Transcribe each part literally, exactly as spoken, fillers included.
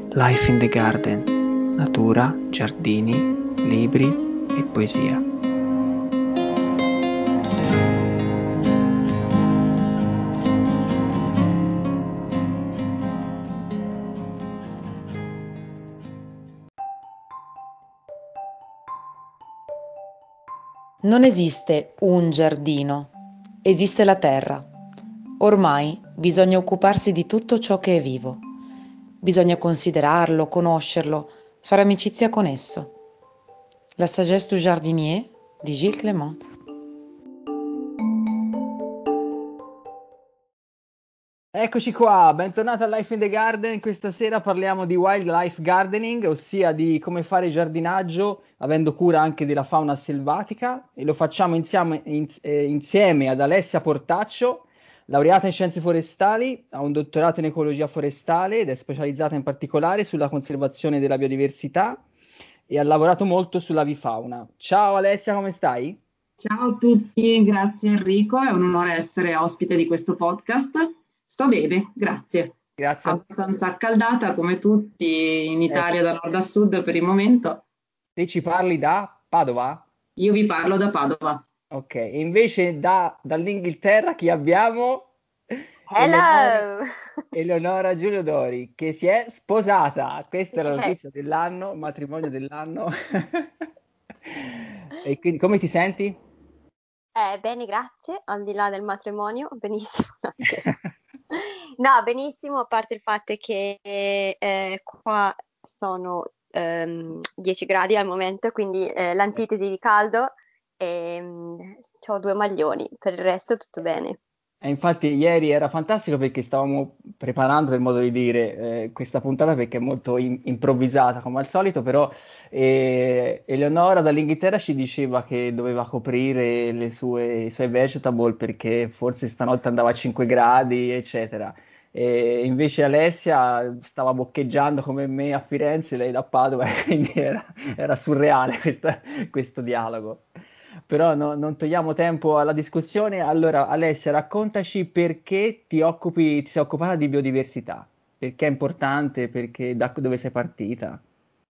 Life in the Garden, natura, giardini, libri e poesia. Non esiste un giardino, esiste la terra. Ormai bisogna occuparsi di tutto ciò che è vivo. Bisogna considerarlo, conoscerlo, fare amicizia con esso. La sagesse du jardinier di Gilles Clément. Eccoci qua, bentornati a Life in the Garden. Questa sera parliamo di wildlife gardening, ossia di come fare giardinaggio avendo cura anche della fauna selvatica, e lo facciamo insieme, in- eh, insieme ad Alessia Portaccio, laureata in scienze forestali, ha un dottorato in ecologia forestale ed è specializzata in particolare sulla conservazione della biodiversità e ha lavorato molto sull'avifauna. Ciao Alessia, come stai? Ciao a tutti, grazie Enrico, è un onore essere ospite di questo podcast. Sto bene, grazie. Grazie a te. Abbastanza accaldata come tutti in Ecco, Italia da nord a sud per il momento. te ci parli da Padova? Io vi parlo da Padova. Ok, e invece da- dall'Inghilterra chi abbiamo? Eleonora, Hello! Eleonora Giulio Dori, che si è sposata. Questa è la Ok. notizia dell'anno, matrimonio dell'anno. E quindi come ti senti? Eh, bene, grazie, al di là del matrimonio, benissimo. No, scherzo. No, benissimo, a parte il fatto che eh, qua sono ehm, dieci gradi al momento, quindi eh, l'antitesi di caldo e ho due maglioni, per il resto tutto bene. E infatti ieri era fantastico perché stavamo preparando, per modo di dire, eh, questa puntata perché è molto in- improvvisata come al solito, però eh, Eleonora dall'Inghilterra ci diceva che doveva coprire le sue, i suoi vegetable perché forse stanotte andava a cinque gradi, eccetera. E invece Alessia stava boccheggiando come me a Firenze, lei da Padova, e quindi era, era surreale questa- questo dialogo. Però no- non togliamo tempo alla discussione. Allora, Alessia, raccontaci perché ti occupi, ti sei occupata di biodiversità, perché è importante, perché da dove sei partita?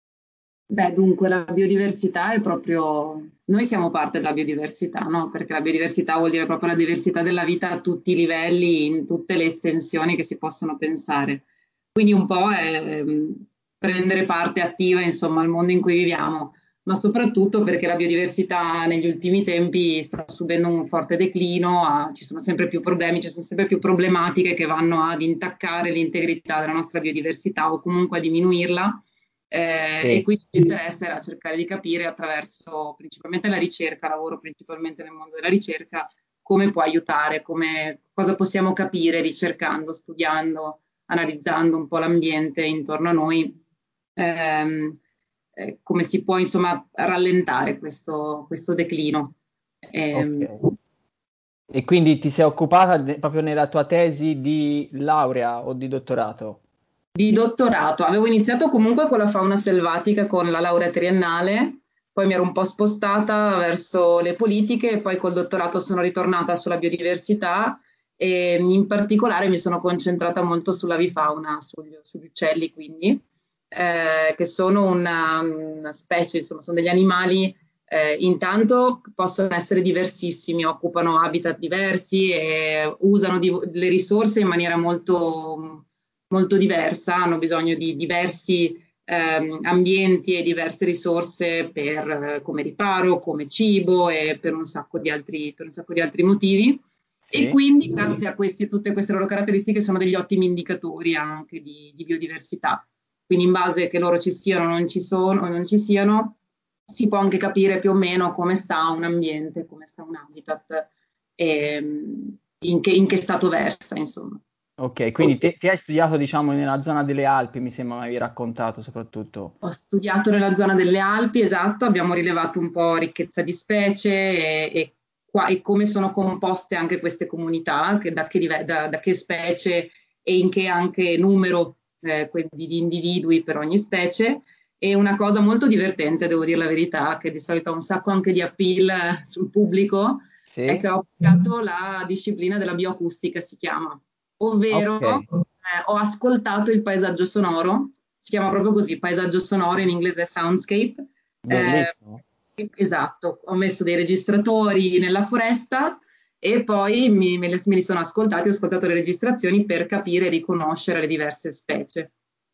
Beh, dunque la biodiversità è proprio... Noi siamo parte della biodiversità, no? Perché la biodiversità vuol dire proprio la diversità della vita a tutti i livelli, in tutte le estensioni che si possono pensare. Quindi un po' è ehm, prendere parte attiva, insomma, al mondo in cui viviamo, ma soprattutto perché la biodiversità negli ultimi tempi sta subendo un forte declino, ah, ci sono sempre più problemi, ci sono sempre più problematiche che vanno ad intaccare l'integrità della nostra biodiversità o comunque a diminuirla. Eh, e Sì. quindi l'interesse era cercare di capire attraverso principalmente la ricerca, lavoro principalmente nel mondo della ricerca, come può aiutare, come, cosa possiamo capire ricercando, studiando, analizzando un po' l'ambiente intorno a noi, ehm, eh, come si può insomma rallentare questo, questo declino. Ok. Ehm, E quindi ti sei occupata de- proprio nella tua tesi di laurea o di dottorato? Di dottorato. Avevo iniziato comunque con la fauna selvatica con la laurea triennale, poi mi ero un po' spostata verso le politiche e poi col dottorato sono ritornata sulla biodiversità e in particolare mi sono concentrata molto sull'avifauna, sugli, sugli uccelli quindi, eh, che sono una, una specie, insomma, sono degli animali, eh, intanto possono essere diversissimi, occupano habitat diversi e usano di- le risorse in maniera molto molto diversa, hanno bisogno di diversi ehm, ambienti e diverse risorse per, eh, come riparo, come cibo e per un sacco di altri, per un sacco di altri motivi. E Sì. quindi, grazie a questi, tutte queste loro caratteristiche, sono degli ottimi indicatori anche di, di biodiversità. Quindi, in base che loro ci siano o non ci sono o non ci siano, si può anche capire più o meno come sta un ambiente, come sta un habitat e in che, in che stato versa, insomma. Ok, quindi te- ti hai studiato, diciamo, nella zona delle Alpi, mi sembra mi avevi raccontato soprattutto. Ho studiato nella zona delle Alpi, esatto, abbiamo rilevato un po' ricchezza di specie e, e qua- e come sono composte anche queste comunità, che- da, che, live- da- da che specie e in che anche numero eh, que- di, di individui per ogni specie. E una cosa molto divertente, devo dire la verità, che di solito ha un sacco anche di appeal eh, sul pubblico, è Sì? che ho studiato la disciplina della bioacustica, si chiama, ovvero Ok. eh, ho ascoltato il paesaggio sonoro si chiama proprio così, paesaggio sonoro, in inglese soundscape. Bellissimo. Eh, esatto, ho messo dei registratori nella foresta e poi mi, me, le, me li sono ascoltati, ho ascoltato le registrazioni per capire e riconoscere le diverse specie.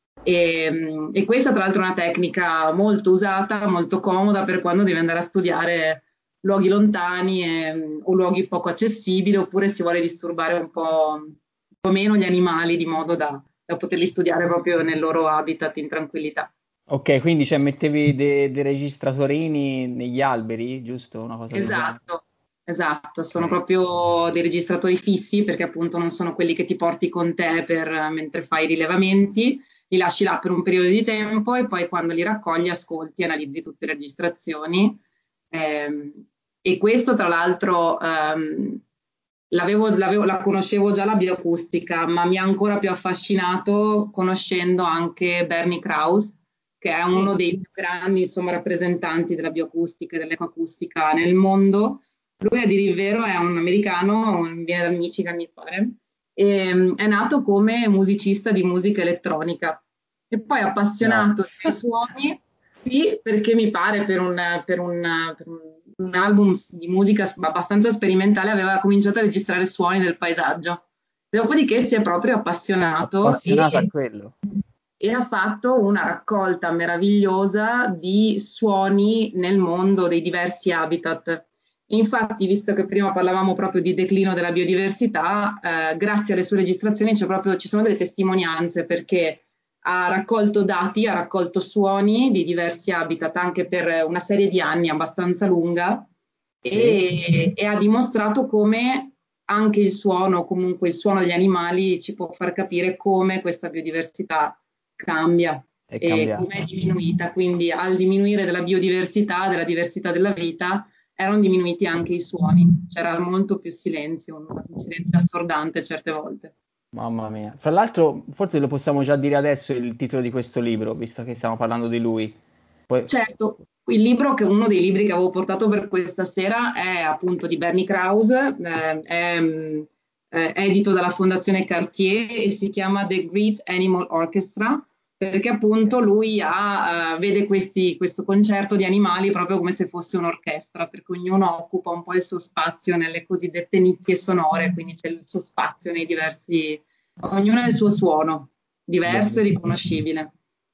E, e questa tra l'altro è una tecnica molto usata, molto comoda per quando devi andare a studiare luoghi lontani e, o luoghi poco accessibili, oppure si vuole disturbare un po', un po' meno gli animali di modo da, da poterli studiare proprio nel loro habitat in tranquillità. Ok, quindi cioè, mettevi dei, dei registratorini negli alberi, giusto? Una cosa del genere. Esatto, esatto, sono Ok. proprio dei registratori fissi perché appunto non sono quelli che ti porti con te per, mentre fai i rilevamenti, li lasci là per un periodo di tempo e poi quando li raccogli ascolti, analizzi tutte le registrazioni. Ehm, e questo tra l'altro ehm, l'avevo, l'avevo- la conoscevo già la bioacustica, ma mi ha ancora più affascinato conoscendo anche Bernie Krause, che è uno Sì. dei più grandi, insomma, rappresentanti della bioacustica e dell'ecoacustica nel mondo. Lui, a dire il vero, è un americano, un- viene dal Michigan, mi pare, e mm, è nato come musicista di musica elettronica e poi No. appassionato ai suoni, sì, perché mi pare per un, per un- per un- un album di musica s- abbastanza sperimentale aveva cominciato a registrare suoni del paesaggio. Dopodiché si è proprio appassionato e Appassionato a quello. e ha fatto una raccolta meravigliosa di suoni nel mondo dei diversi habitat. Infatti, visto che prima parlavamo proprio di declino della biodiversità, eh, grazie alle sue registrazioni c'è proprio- ci sono delle testimonianze perché ha raccolto dati, ha raccolto suoni di diversi habitat anche per una serie di anni abbastanza lunga Sì, e, e ha dimostrato come anche il suono, comunque il suono degli animali, ci può far capire come questa biodiversità cambia è e come è cambiato. diminuita. Quindi al diminuire della biodiversità, della diversità della vita, erano diminuiti anche i suoni, c'era molto più silenzio, un silenzio assordante certe volte. Mamma mia. Fra l'altro, forse lo possiamo già dire adesso il titolo di questo libro, visto che stiamo parlando di lui. Poi, Certo, il libro, che è uno dei libri che avevo portato per questa sera, è appunto di Bernie Krause, eh, è, mh, è edito dalla Fondazione Cartier e si chiama The Great Animal Orchestra, perché appunto lui ha, eh, vede questi- questo concerto di animali proprio come se fosse un'orchestra, perché ognuno occupa un po' il suo spazio nelle cosiddette nicchie sonore, quindi c'è il suo spazio nei diversi, ognuno ha il suo suono, diverso e bellissimo. riconoscibile.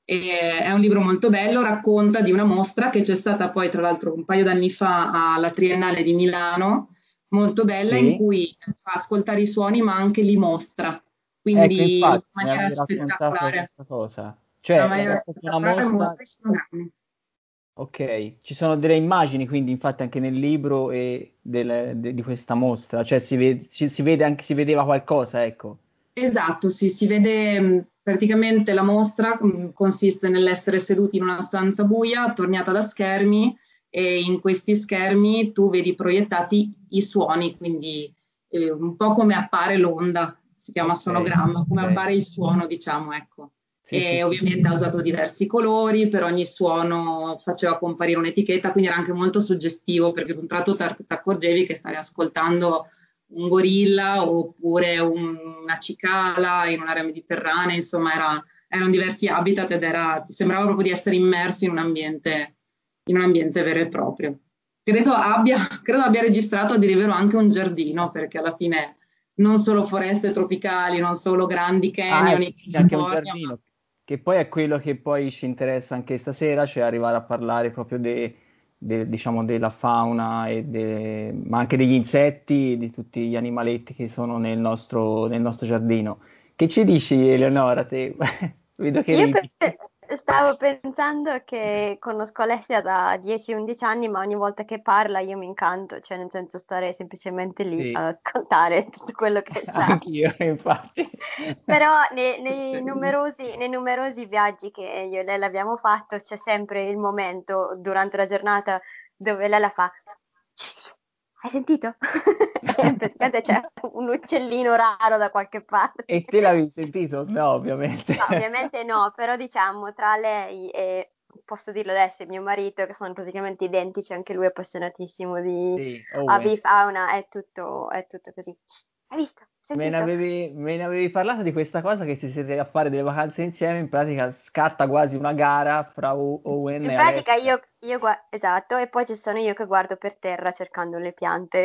E è un libro molto bello, racconta di una mostra che c'è stata poi, tra l'altro, un paio d'anni fa alla Triennale di Milano, molto bella, in Sì, cui fa ascoltare i suoni, ma anche li mostra, ecco, quindi in infatti, mi maniera avevi raccontato spettacolare. questa cosa. In una Cioè, maniera è proprio una spettacolare mostra. mostra i sonogrammi. Ok, ci sono delle immagini quindi infatti anche nel libro e del- de- di questa mostra, cioè si vede, ci- si vede anche, si vedeva qualcosa, ecco. Esatto, sì, si vede mh, praticamente la mostra mh, consiste nell'essere seduti in una stanza buia, attorniata da schermi e in questi schermi tu vedi proiettati i suoni, quindi eh, un po' come appare l'onda, si chiama Ok, sonogramma, come ok. appare il suono, diciamo, ecco. Sì, sì, E sì, sì. ovviamente ha usato diversi colori, per ogni suono faceva comparire un'etichetta, quindi era anche molto suggestivo perché ad un tratto ti accorgevi che stavi ascoltando un gorilla oppure un- una cicala in un'area mediterranea, insomma era- erano diversi habitat ed era, ti sembrava proprio di essere immersi in un ambiente, in un ambiente vero e proprio. Credo abbia, credo abbia registrato a dire il vero anche un giardino, perché alla fine non solo foreste tropicali, non solo grandi Ah, canyon ecco, in c'è anche un California, ma giardino, che poi è quello che poi ci interessa anche stasera, cioè arrivare a parlare proprio de- de- diciamo, della fauna, e de- ma anche degli insetti, di tutti gli animaletti che sono nel nostro, nel nostro giardino. Che ci dici, Eleonora? Te? Vedo che Io ridi. pe- stavo pensando che conosco Alessia da dieci undici anni, ma ogni volta che parla io mi incanto, cioè nel senso stare semplicemente lì Sì, ad ascoltare tutto quello che sa. anch'io, infatti. Però nei, nei numerosi, nei numerosi viaggi che io e lei abbiamo fatto c'è sempre il momento durante la giornata dove lei la fa. Hai sentito? E praticamente c'è un uccellino raro da qualche parte. E te l'avevi sentito? No, ovviamente. No, ovviamente no, però diciamo tra lei e, posso dirlo adesso, e mio marito, che sono praticamente identici, anche lui è appassionatissimo di Sì, Owen. avifauna, è tutto, è tutto così. Hai visto? Me ne Sentito? avevi, me ne avevi parlato di questa cosa che se siete a fare delle vacanze insieme, in pratica scatta quasi una gara fra O- Owen In e pratica Alessia. io, io gua- esatto, e poi ci sono io che guardo per terra cercando le piante,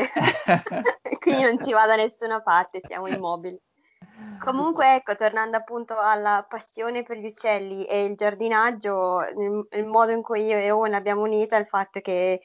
quindi non si va da nessuna parte, stiamo immobili. Comunque, ecco, tornando appunto alla passione per gli uccelli e il giardinaggio, il, il modo in cui io e Owen abbiamo unito è il fatto che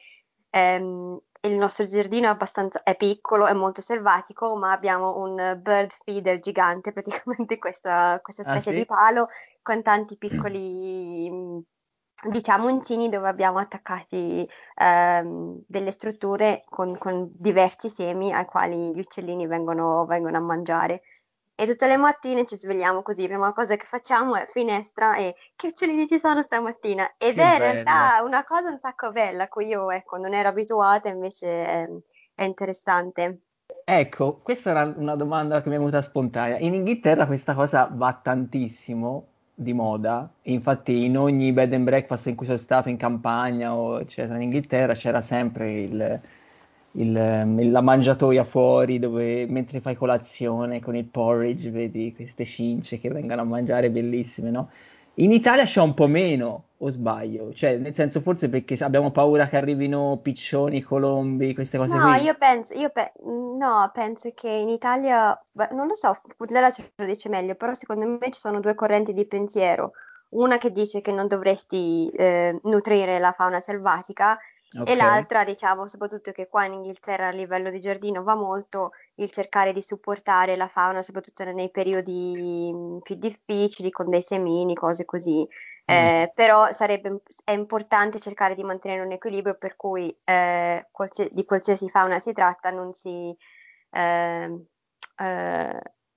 ehm, il nostro giardino è abbastanza, è piccolo, è molto selvatico, ma abbiamo un bird feeder gigante, praticamente questa, questa Ah specie di sì? palo con tanti piccoli, mh, diciamo, uncini dove abbiamo attaccati ehm, delle strutture con, con diversi semi ai quali gli uccellini vengono, vengono a mangiare. E tutte le mattine ci svegliamo così, la prima cosa che facciamo è finestra e che uccellini ci sono stamattina? Ed Che è in bello. realtà una cosa un sacco bella, a cui io ecco, non ero abituata, invece è, è interessante. Ecco, questa era una domanda che mi è venuta spontanea. In Inghilterra questa cosa va tantissimo di moda, infatti in ogni bed and breakfast in cui sono stato in campagna o eccetera in Inghilterra c'era sempre il, il, ehm, la mangiatoia fuori dove mentre fai colazione con il porridge vedi queste cince che vengono a mangiare bellissime, no? In Italia c'è un po' meno, o sbaglio? Cioè, nel senso, forse perché abbiamo paura che arrivino piccioni, colombi, queste cose No, qui. io penso, io pe- no, penso che in Italia, beh, non lo so, Pudlela ce lo dice meglio, però secondo me ci sono due correnti di pensiero. Una che dice che non dovresti eh, nutrire la fauna selvatica e Ok. l'altra, diciamo, soprattutto che qua in Inghilterra a livello di giardino va molto il cercare di supportare la fauna, soprattutto nei periodi mh, più difficili, con dei semini, cose così. Mm. Eh, però sarebbe, è importante cercare di mantenere un equilibrio per cui eh, qualsia- di qualsiasi fauna si tratta, non si, ehm, eh,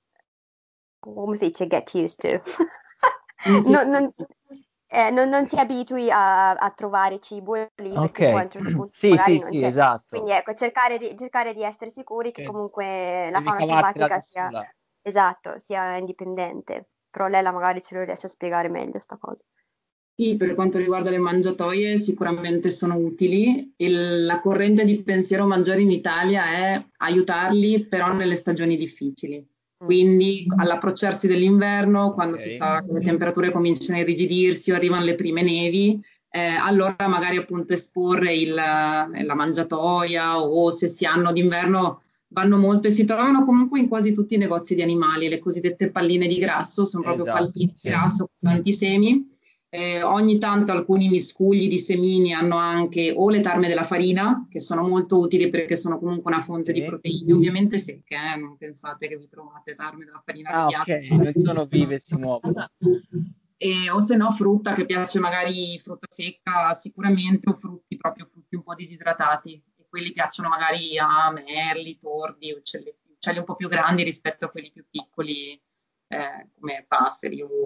come si dice, get used to. Non si- Non, non- eh, non- non ti abitui a, a trovare cibo lì perché poi a Ok. un certo punto Sì, sì, magari non sì, c'è. esatto. Quindi ecco, cercare di, cercare di essere sicuri che Che comunque la devi fauna cavartela selvatica da sia, sola. esatto, sia indipendente. Però lei la magari ce lo riesce a spiegare meglio sta cosa. Sì, per quanto riguarda le mangiatoie, sicuramente sono utili. Il- la corrente di pensiero maggiore in Italia è aiutarli, però nelle stagioni difficili. Mm. Quindi all'approcciarsi dell'inverno, quando si Ok. sa che le temperature cominciano a irrigidirsi o arrivano le prime nevi, eh, allora magari appunto esporre il- la mangiatoia o se si hanno d'inverno vanno molto e si trovano comunque in quasi tutti i negozi di animali, le cosiddette palline di grasso, sono proprio palline Esatto, di sì. grasso con tanti semi. Eh, ogni tanto alcuni miscugli di semini hanno anche o le tarme della farina, che sono molto utili perché sono comunque una fonte di Sì. proteine, ovviamente secche, eh, non pensate che vi trovate tarme della farina Ah, ok, piatta. non sono vive e si muovono. E, o se no frutta che piace magari frutta secca sicuramente o frutti proprio frutti un po' disidratati e quelli piacciono magari a merli, tordi, uccelli, uccelli un po' più grandi rispetto a quelli più piccoli eh, come passeri o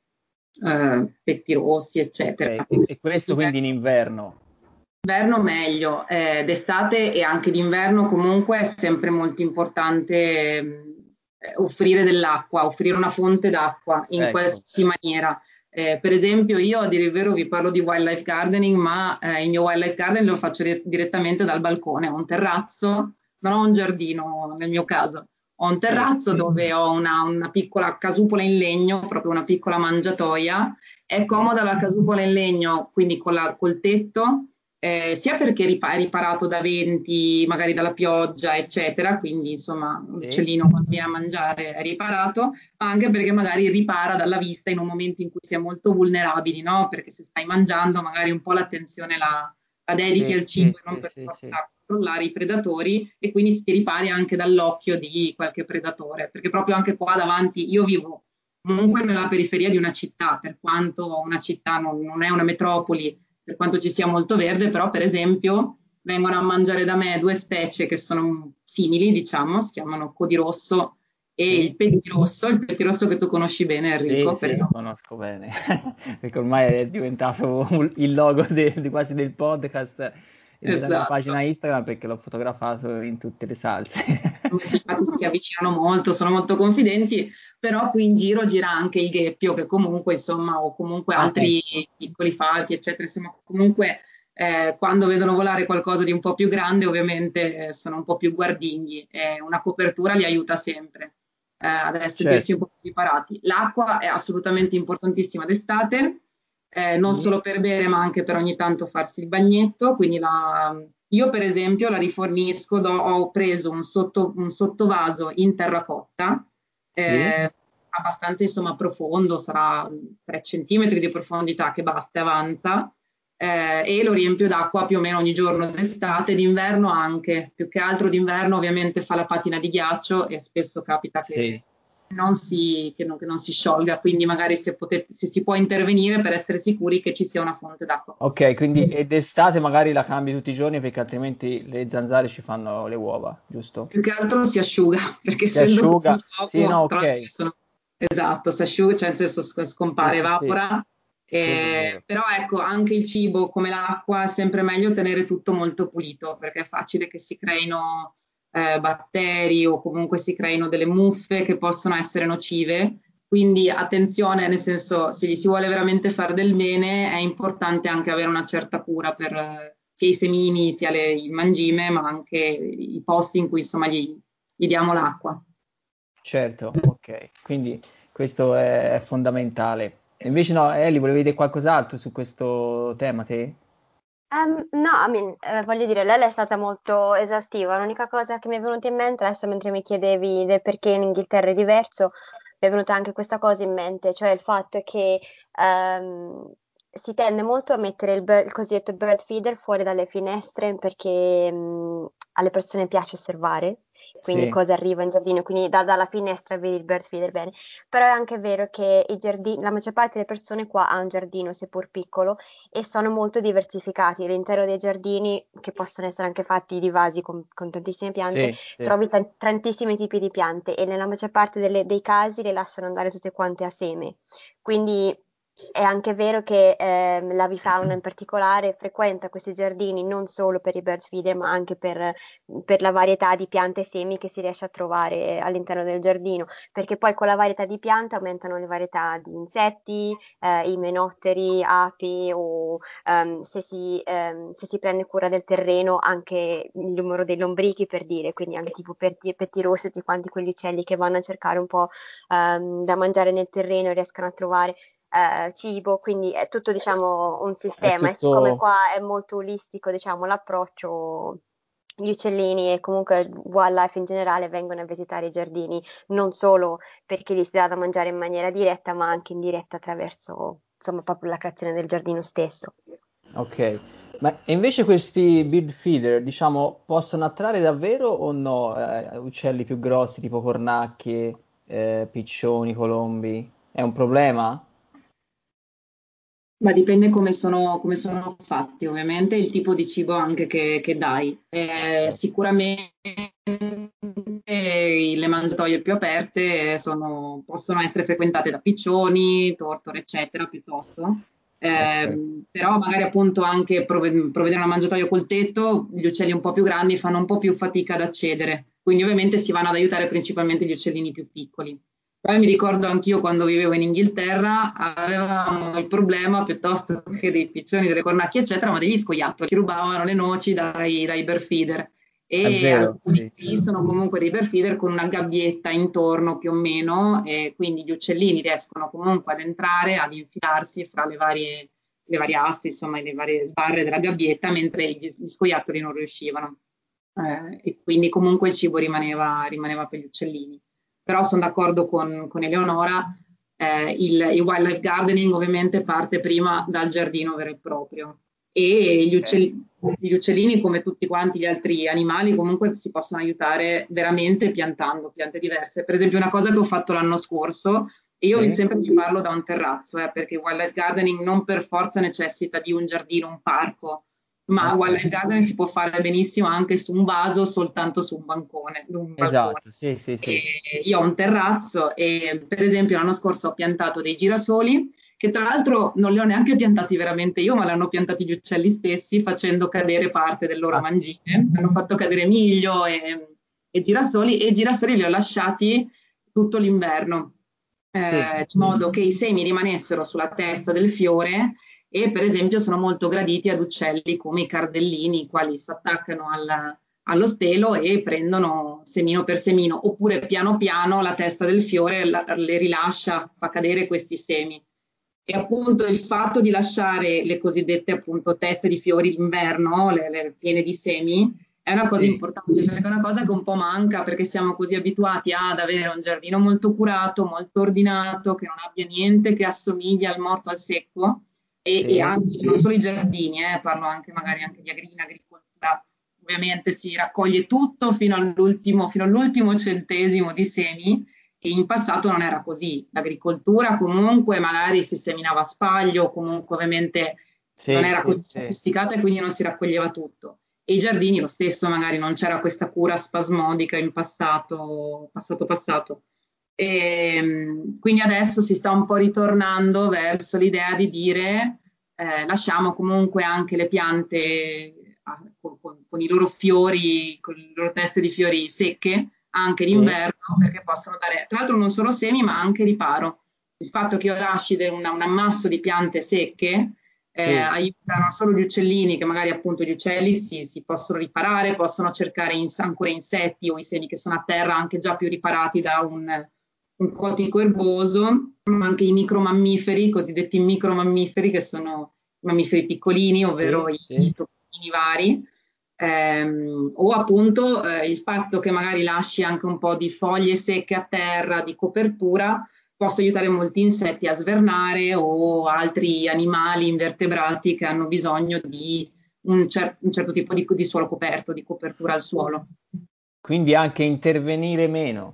eh, pettirossi, Ok, eccetera. e, e questo quindi in inverno. D'inverno meglio, eh, d'estate e anche d'inverno comunque è sempre molto importante ehm, eh, offrire dell'acqua, offrire una fonte d'acqua in Ecco. qualsiasi maniera. Eh, per esempio io a dire il vero vi parlo di wildlife gardening, ma eh, il mio wildlife garden lo faccio di- direttamente dal balcone, ho un terrazzo, non ho un giardino nel mio caso, ho un Sì, terrazzo dove ho una, una piccola casupola in legno, proprio una piccola mangiatoia, è sì, comoda la casupola in legno, quindi con la- col tetto eh, sia perché ripa- è riparato da venti, magari dalla pioggia, eccetera, quindi insomma sì. l'uccellino quando viene a mangiare è riparato, ma anche perché magari ripara dalla vista in un momento in cui si è molto vulnerabili, no? Perché se stai mangiando magari un po' l'attenzione la, la dedichi Sì, al cibo e non sì, per sì, sì. forza controllare i predatori e quindi ti ripari anche dall'occhio di qualche predatore, perché proprio anche qua davanti io vivo comunque nella periferia di una città, per quanto una città non, non è una metropoli, per quanto ci sia molto verde, però per esempio vengono a mangiare da me due specie che sono simili, diciamo, si chiamano codirosso e il Sì, pettirosso, il pettirosso che tu conosci bene sì, Enrico, sì, perché lo conosco bene, perché ormai è diventato un- il logo de- di quasi del podcast e della mia esatto. pagina Instagram perché l'ho fotografato in tutte le salse. Sì, infatti si avvicinano molto, sono molto confidenti, però qui in giro gira anche il gheppio che comunque, insomma, o comunque Ah, altri ecco. piccoli falchi, eccetera, insomma, comunque Eh, quando vedono volare qualcosa di un po' più grande, ovviamente eh, sono un po' più guardinghi e una copertura li aiuta sempre eh, ad sentirsi un Certo. po' più riparati. L'acqua è assolutamente importantissima d'estate, eh, non Sì, solo per bere, ma anche per ogni tanto farsi il bagnetto. Quindi la- io, per esempio, la rifornisco, do- ho preso un, sotto- un sottovaso in terracotta, sì. eh, abbastanza insomma profondo, sarà tre centimetri di profondità che basta e avanza, eh, e lo riempio d'acqua più o meno ogni giorno d'estate, d'inverno anche, più che altro d'inverno ovviamente fa la patina di ghiaccio e spesso capita che Sì. non si, che non, che non si sciolga, quindi magari se, potete, se si può intervenire per essere sicuri che ci sia una fonte d'acqua. Ok, quindi ed d'estate magari la cambi tutti i giorni perché altrimenti le zanzare ci fanno le uova, giusto? Più che altro si asciuga, perché Si essendo così asciuga. Sì, no, poco, tra l'altro ok. ci sono. Esatto, si asciuga, cioè nel senso sc- Sì, scompare, sì, sì, evapora. quello è Eh, vero. però ecco, anche il cibo come l'acqua è sempre meglio tenere tutto molto pulito, perché è facile che si creino eh, batteri o comunque si creino delle muffe che possono essere nocive. Quindi attenzione, nel senso, se gli si vuole veramente fare del bene, è importante anche avere una certa cura per eh, sia i semini, sia le- il mangime, ma anche i posti in cui insomma gli, gli diamo l'acqua. Certo, ok. Quindi questo è, è fondamentale. E invece no, Eli, volevi dire qualcos'altro su questo tema, te? Ehm, no, I mean, eh, voglio dire, lei è stata molto esaustiva. L'unica cosa che mi è venuta in mente adesso mentre mi chiedevi del perché in Inghilterra è diverso, mi è venuta anche questa cosa in mente, cioè il fatto che ehm, si tende molto a mettere il, bird- il cosiddetto bird feeder fuori dalle finestre perché mh, alle persone piace osservare, quindi Sì, cosa arriva in giardino, quindi da- dalla finestra vedi il bird feeder bene. Però è anche vero che i giardini, la maggior parte delle persone qua ha un giardino, seppur piccolo, e sono molto diversificati. All'interno dei giardini, che possono essere anche fatti di vasi con, con tantissime piante, sì, sì. trovi tan- tantissimi tipi di piante e nella maggior parte delle- dei casi le lasciano andare tutte quante a seme. Quindi è anche vero che ehm, l'avifauna in particolare frequenta questi giardini non solo per i bird feeder, ma anche per, per la varietà di piante e semi che si riesce a trovare all'interno del giardino, perché poi con la varietà di piante aumentano le varietà di insetti, eh, i menotteri, api o ehm, se si, ehm, se si prende cura del terreno anche il numero dei lombrichi per dire, quindi anche tipo petti, pettirossi, tutti quanti quegli uccelli che vanno a cercare un po' ehm, da mangiare nel terreno e riescono a trovare eh, cibo, quindi è tutto diciamo un È sistema e siccome tutto... qua è molto olistico diciamo l'approccio, gli uccellini e comunque il wildlife in generale vengono a visitare i giardini non solo perché gli si dà da mangiare in maniera diretta, ma anche indiretta attraverso insomma proprio la creazione del giardino stesso. Ok. Ma e invece questi bird feeder, diciamo, possono attrarre davvero o no eh, uccelli più grossi, tipo cornacchie, eh, piccioni, colombi? È un problema? Ma dipende come sono, come sono fatti, ovviamente, il tipo di cibo anche che, che dai. Eh, Certo. sicuramente le mangiatoie più aperte sono- possono essere frequentate da piccioni, tortore, eccetera, piuttosto. Ok. Eh, però magari appunto anche prove- provvedere una mangiatoia col tetto, gli uccelli un po' più grandi fanno un po' più fatica ad accedere, quindi ovviamente si vanno ad aiutare principalmente gli uccellini più piccoli. Poi mi ricordo anch'io quando vivevo in Inghilterra, avevamo il problema piuttosto che dei piccioni, delle cornacchie, eccetera, ma degli scoiattoli. Ci rubavano le noci dai, dai bird feeder È e vero, alcuni sì. sì, sono comunque dei bird feeder con una gabbietta intorno più o meno e quindi gli uccellini riescono comunque ad entrare, ad infilarsi fra le varie, le varie assi, insomma, le varie sbarre della gabbietta, mentre gli, gli scoiattoli non riuscivano. Eh, e quindi comunque il cibo rimaneva, rimaneva per gli uccellini. Però sono d'accordo con, con Eleonora, eh, il, il wildlife gardening ovviamente parte prima dal giardino vero e proprio e gli, Ok. uccell- gli uccellini come tutti quanti gli altri animali comunque si possono aiutare veramente piantando piante diverse. Per esempio una cosa che ho fatto l'anno scorso, e io vi Sì, sempre vi parlo da un terrazzo, eh, perché il wildlife gardening non per forza necessita di un giardino, un parco, ma ok. wildlife gardening si può fare benissimo anche su un vaso, soltanto su un bancone, un balcone. Esatto, sì, sì, sì. E io ho un terrazzo e per esempio l'anno scorso ho piantato dei girasoli che tra l'altro non li ho neanche piantati veramente io, ma li hanno piantati gli uccelli stessi facendo cadere parte del loro Ah, sì. mangime. Hanno fatto cadere miglio e, e girasoli e i girasoli li ho lasciati tutto l'inverno, Sì, eh, in modo che i semi rimanessero sulla testa del fiore e per esempio sono molto graditi ad uccelli come i cardellini, i quali si attaccano al- allo stelo e prendono semino per semino, oppure piano piano la testa del fiore la- le rilascia, fa cadere questi semi. E appunto il fatto di lasciare le cosiddette appunto teste di fiori d'inverno, le, le piene di semi, è una cosa Sì, importante perché è una cosa che un po' manca perché siamo così abituati ad avere un giardino molto curato, molto ordinato, che non abbia niente che assomiglia al morto al secco e, e sì, anche non solo i giardini, eh, parlo anche magari anche di agri- in agricoltura. Ovviamente si raccoglie tutto fino all'ultimo, fino all'ultimo centesimo di semi e in passato non era così. L'agricoltura comunque magari si seminava a spaglio, comunque ovviamente non sì, era sì, così sì. sofisticata e quindi non si raccoglieva tutto. E i giardini lo stesso, magari non c'era questa cura spasmodica in passato, passato, passato. E, quindi adesso si sta un po' ritornando verso l'idea di dire eh, lasciamo comunque anche le piante ah, con, con- con i loro fiori, con le loro teste di fiori secche, anche Sì, d'inverno, perché possono dare, tra l'altro non solo semi, ma anche riparo. Il fatto che io lasci de- una- un ammasso di piante secche eh, sì, aiuta non solo gli uccellini, che magari appunto gli uccelli si, si possono riparare, possono cercare ins- ancora insetti o i semi che sono a terra anche già più riparati da un, un cotico erboso, ma anche i micromammiferi, i cosiddetti micromammiferi, che sono i mammiferi piccolini, ovvero sì, i, sì. i tocchini vari, ehm, o appunto eh, il fatto che magari lasci anche un po' di foglie secche a terra, di copertura, posso aiutare molti insetti a svernare o altri animali invertebrati che hanno bisogno di un, cer- un certo tipo di, di suolo coperto, di copertura al suolo. Quindi anche intervenire meno.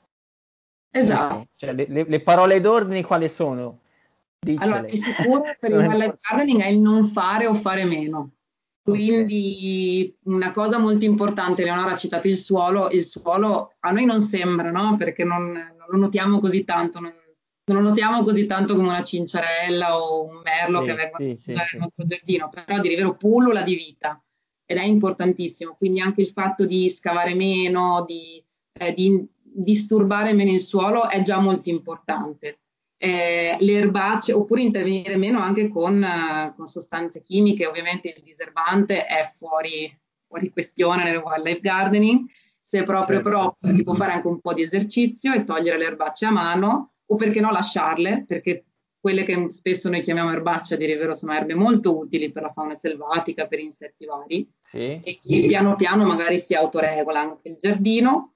Esatto. Ok, cioè le, le- le parole d'ordine quali sono? Allora, di Diccele. sicuro per il Sono wildlife importanti. gardening è il non fare o fare meno. Ok, Quindi una cosa molto importante, Leonora ha citato il suolo, il suolo a noi non sembra, no? Perché non, non lo notiamo così tanto, non, non lo notiamo così tanto come una cinciarella o un merlo che sì, vengono a sì, sì, mangiare nel sì. nostro giardino, però di vero pullula di vita ed è importantissimo. Quindi anche il fatto di scavare meno, di, eh, di disturbare meno il suolo è già molto importante eh, le erbacce, oppure intervenire meno anche con, eh, con sostanze chimiche. Ovviamente il diserbante è fuori, fuori questione nel wildlife gardening, se proprio Certo. però si può fare anche un po' di esercizio e togliere le erbacce a mano, o perché no lasciarle, perché quelle che spesso noi chiamiamo erbacce, a dire il vero, sono erbe molto utili per la fauna selvatica, per insetti vari, Sì, e, e piano piano magari si autoregola anche il giardino,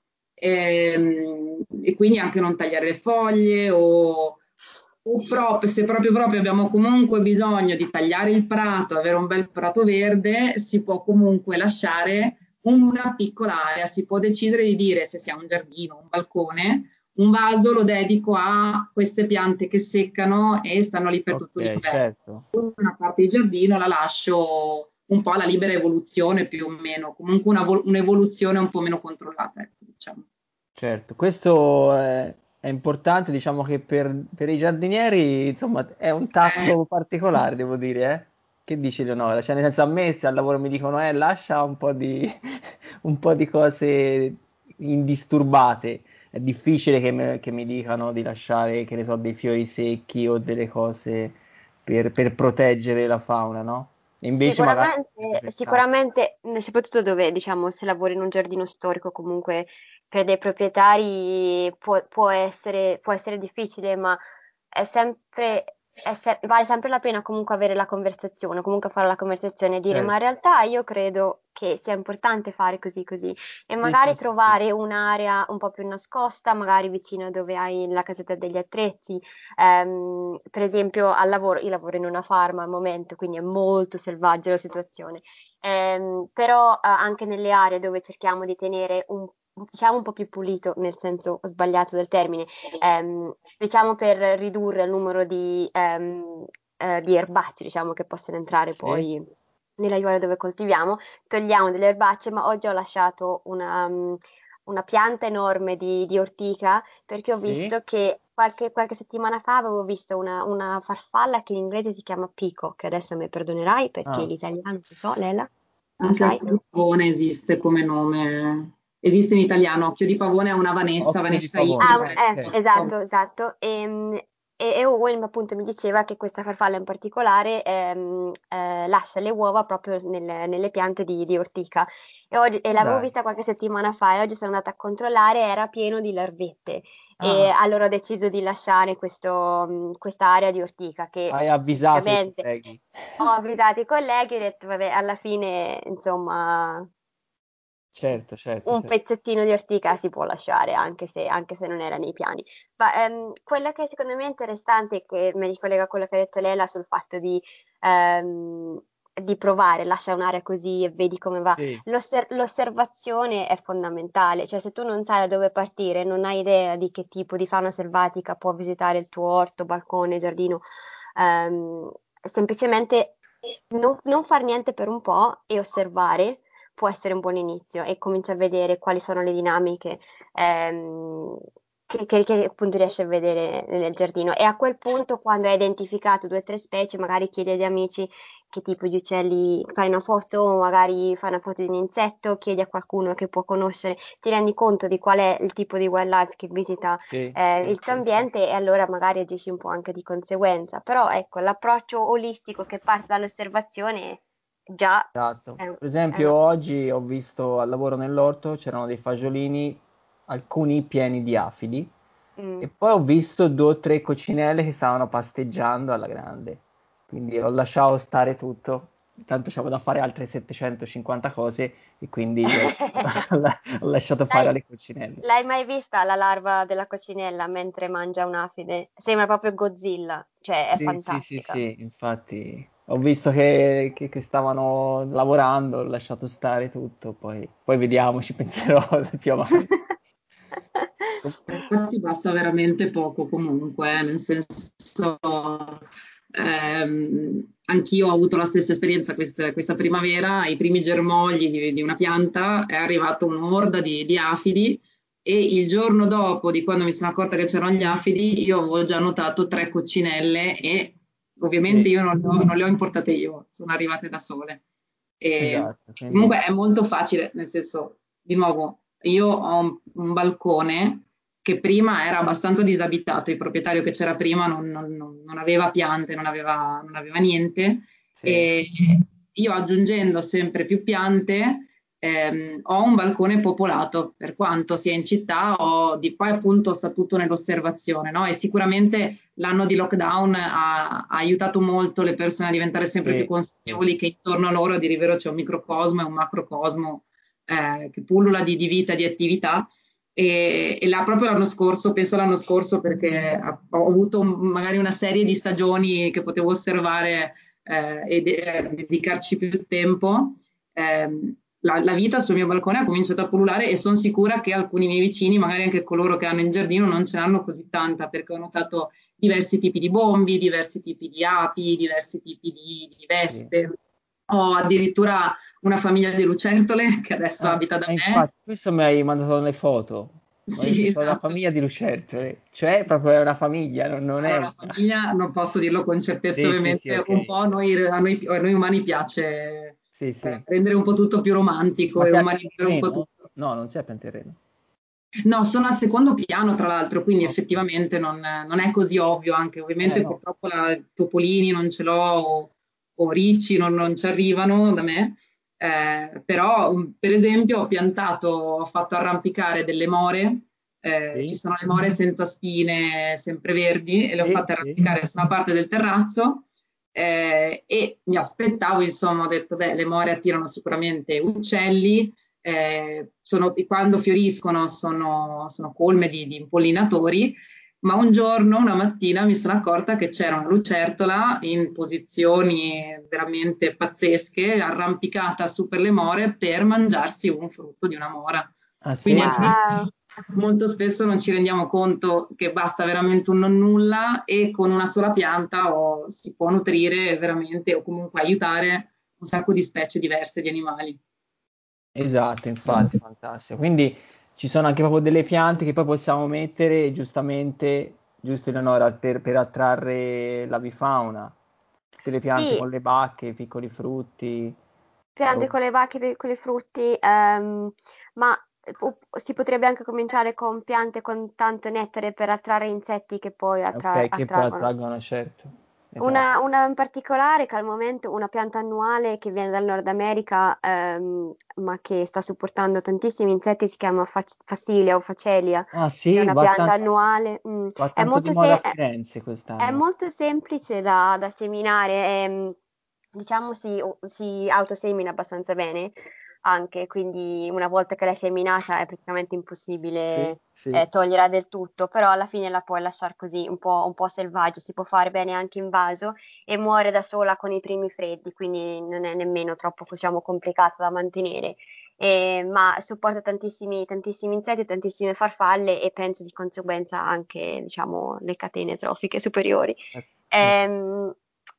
ehm, e quindi anche non tagliare le foglie o, o proprio, se proprio, proprio abbiamo comunque bisogno di tagliare il prato, avere un bel prato verde, si può comunque lasciare una piccola area, si può decidere di dire se si ha un giardino, un balcone, un vaso lo dedico a queste piante che seccano e stanno lì per tutto ok, l'inverno. certo. Una parte di giardino la lascio un po' alla libera evoluzione più o meno, comunque una vo- un'evoluzione un po' meno controllata, ecco, diciamo. Certo, questo è, è importante, diciamo che per, per i giardinieri, insomma, è un Eh, tasto particolare, devo dire, eh? Che dici Leonora? Cioè, nel senso, a me se al lavoro mi dicono, eh, lascia un po' di, un po' di cose indisturbate, è difficile che, me- che mi dicano di lasciare, che ne so, dei fiori secchi o delle cose per, per proteggere la fauna, no? E invece magari Sicuramente, per caso. sicuramente, mh, soprattutto dove, diciamo, se lavori in un giardino storico, comunque per dei proprietari può, può essere, può essere difficile, ma è sempre, è se- vale sempre la pena comunque avere la conversazione, comunque fare la conversazione e dire, ma in Certo. realtà io credo che sia importante fare così così e Sì, magari sì, sì, sì. trovare un'area un po' più nascosta, magari vicino a dove hai la casetta degli attrezzi. Ehm, per esempio al lavoro, io lavoro in una farm al momento, quindi è molto selvaggia la situazione. Ehm, però eh, anche nelle aree dove cerchiamo di tenere un, diciamo un po' più pulito, nel senso sbagliato del termine, ehm, diciamo per ridurre il numero di, ehm, eh, di erbacce, diciamo, che possono entrare Sì, poi nell'aiuola dove coltiviamo, togliamo delle erbacce, ma oggi ho lasciato una, mm, una pianta enorme di, di ortica perché ho sì. visto che qualche, qualche settimana fa avevo visto una, una farfalla che in inglese si chiama pico, che adesso mi perdonerai perché Ah, l'italiano non so, Lela, lo Anche sai? occhio di pavone esiste come nome, esiste in italiano, occhio di pavone è una Vanessa, occhio di Vanessa pavone. Ah, ibrica Ah, eh, ok. l'espiotto. esatto, esatto. Ehm, e, e Owen appunto mi diceva che questa farfalla in particolare ehm, eh, lascia le uova proprio nelle, nelle piante di, di ortica. E, oggi, e l'avevo Dai. vista qualche settimana fa e oggi sono andata a controllare, era pieno di larvette. E Ah, allora ho deciso di lasciare questo, mh, questa area di ortica che hai avvisato i ovviamente colleghi. ho avvisato i colleghi e ho detto, vabbè, alla fine, insomma, Certo, certo, un certo. pezzettino di ortica si può lasciare, anche se, anche se non era nei piani. Ma ehm, quella che secondo me è interessante, che mi ricollega a quello che ha detto Lela sul fatto di, ehm, di provare, lascia un'area così e vedi come va. Sì, L'osser- l'osservazione è fondamentale, cioè se tu non sai da dove partire, non hai idea di che tipo di fauna selvatica può visitare il tuo orto, balcone, giardino, ehm, semplicemente non, non far niente per un po' e osservare può essere un buon inizio e cominci a vedere quali sono le dinamiche ehm, che, che- che appunto riesci a vedere nel giardino. E a quel punto, quando hai identificato due o tre specie, magari chiedi agli amici che tipo di uccelli, fai una foto, o magari fai una foto di un insetto, chiedi a qualcuno che può conoscere, ti rendi conto di qual è il tipo di wildlife che visita sì, eh, sì, il tuo sì, sì. ambiente e allora magari agisci un po' anche di conseguenza. Però ecco, l'approccio olistico che parte dall'osservazione già Esatto. è, Per è esempio, una... oggi ho visto al lavoro nell'orto c'erano dei fagiolini, alcuni pieni di afidi, Mm. e poi ho visto due o tre coccinelle che stavano pasteggiando alla grande. Quindi ho lasciato stare tutto. Tanto c'avevo da fare altre settecentocinquanta cose e quindi ho, ho lasciato fare L'hai alle coccinelle. l'hai mai vista la larva della coccinella mentre mangia un'afide? Sembra proprio Godzilla, cioè è Sì, sì, sì, fantastica. sì, infatti ho visto che, che- che stavano lavorando, ho lasciato stare tutto, poi, poi vediamo, ci penserò più avanti. Infatti basta veramente poco comunque, eh, nel senso, ehm, anch'io ho avuto la stessa esperienza questa, questa primavera, ai primi germogli di, di una pianta è arrivata un'orda di, di afidi e il giorno dopo di quando mi sono accorta che c'erano gli afidi, io avevo già notato tre coccinelle e ovviamente Sì, io non le ho, non le ho importate io, sono arrivate da sole. E esatto, quindi comunque è molto facile, nel senso, di nuovo, io ho un, un balcone che prima era abbastanza disabitato, il proprietario che c'era prima non, non- non- non aveva piante, non aveva, non aveva niente, sì, e io aggiungendo sempre più piante ehm, ho un balcone popolato, per quanto sia in città, ho di, poi appunto sta tutto nell'osservazione, no? E sicuramente l'anno di lockdown ha, ha aiutato molto le persone a diventare sempre più sì, sì, consapevoli che intorno a loro a dire il vero c'è un microcosmo e un macrocosmo eh, che pullula di, di vita, di attività. E, e là proprio l'anno scorso, penso l'anno scorso perché ha- ho avuto un- magari una serie di stagioni che potevo osservare eh, e de- eh, dedicarci più tempo. ehm, la, la vita sul mio balcone ha cominciato a pullulare e sono sicura che alcuni miei vicini, magari anche coloro che hanno il giardino, non ce l'hanno così tanta perché ho notato diversi tipi di bombi, diversi tipi di api, diversi tipi di, di sì. vespe. Ho addirittura una famiglia di lucertole che adesso Ah, abita da e me. infatti, questo mi hai mandato le foto, mi hai Sì, detto c'è una esatto. famiglia di lucertole, cioè proprio è una famiglia, non, non è Allora, la una... famiglia non posso dirlo con certezza, Sì, sì, sì, ovviamente, un ok, po' a noi, a noi, a noi umani piace sì, eh, sì. rendere un po' tutto più romantico Ma e sei a pian umanizzare un po' terreno? tutto. No, non sei a pian terreno. No, sono al secondo piano, tra l'altro, quindi Ok. effettivamente non, non è così ovvio, anche Eh ovviamente no, purtroppo la, topolini non ce l'ho o, o ricci non, non ci arrivano da me. Eh, però um, per esempio ho piantato, ho fatto arrampicare delle more, eh, ci sì, sono le more senza spine, sempreverdi, e le ho sì, fatte sì, arrampicare su una parte del terrazzo eh, e mi aspettavo, insomma, ho detto, beh, le more attirano sicuramente uccelli, eh, sono- quando fioriscono sono, sono colme di, di impollinatori, ma un giorno, una mattina, mi sono accorta che c'era una lucertola in posizioni veramente pazzesche, arrampicata su per le more per mangiarsi un frutto di una mora. ah Quindi sì? anche Wow. qui molto spesso non ci rendiamo conto che basta veramente un non nulla e con una sola pianta o si può nutrire veramente o comunque aiutare un sacco di specie diverse di animali. Esatto, infatti, fantastico. Quindi ci sono anche proprio delle piante che poi possiamo mettere, giustamente, giusto Eleonora, per, per attrarre l'avifauna. Tutte le piante Sì, con le bacche, i piccoli frutti. piante o- con le bacche, piccoli frutti, ehm, ma o- si potrebbe anche cominciare con piante con tanto nettare per attrarre insetti che poi attra- Ok, che poi attraggono. attraggono, certo. Esatto. Una, una in particolare che al momento una pianta annuale che viene dal Nord America, ehm, ma che sta supportando tantissimi insetti, si chiama fac- Fassilia o Facelia, Ah che è sì, una va, pianta tan- annuale. mm, va È tanto di molto, moda a se- è- Firenze è quest'anno. molto semplice da, da seminare, e, diciamo si, si autosemina abbastanza bene anche, quindi una volta che l'hai seminata è praticamente Sì, impossibile sì. eh, toglierà del tutto, però alla fine la puoi lasciare così un po', un po' selvaggia, si può fare bene anche in vaso e muore da sola con i primi freddi, quindi non è nemmeno troppo, diciamo, complicata da mantenere. Eh, ma sopporta tantissimi, tantissimi insetti, tantissime farfalle e penso di conseguenza anche, diciamo, le catene trofiche superiori. Eh, eh, Ehm,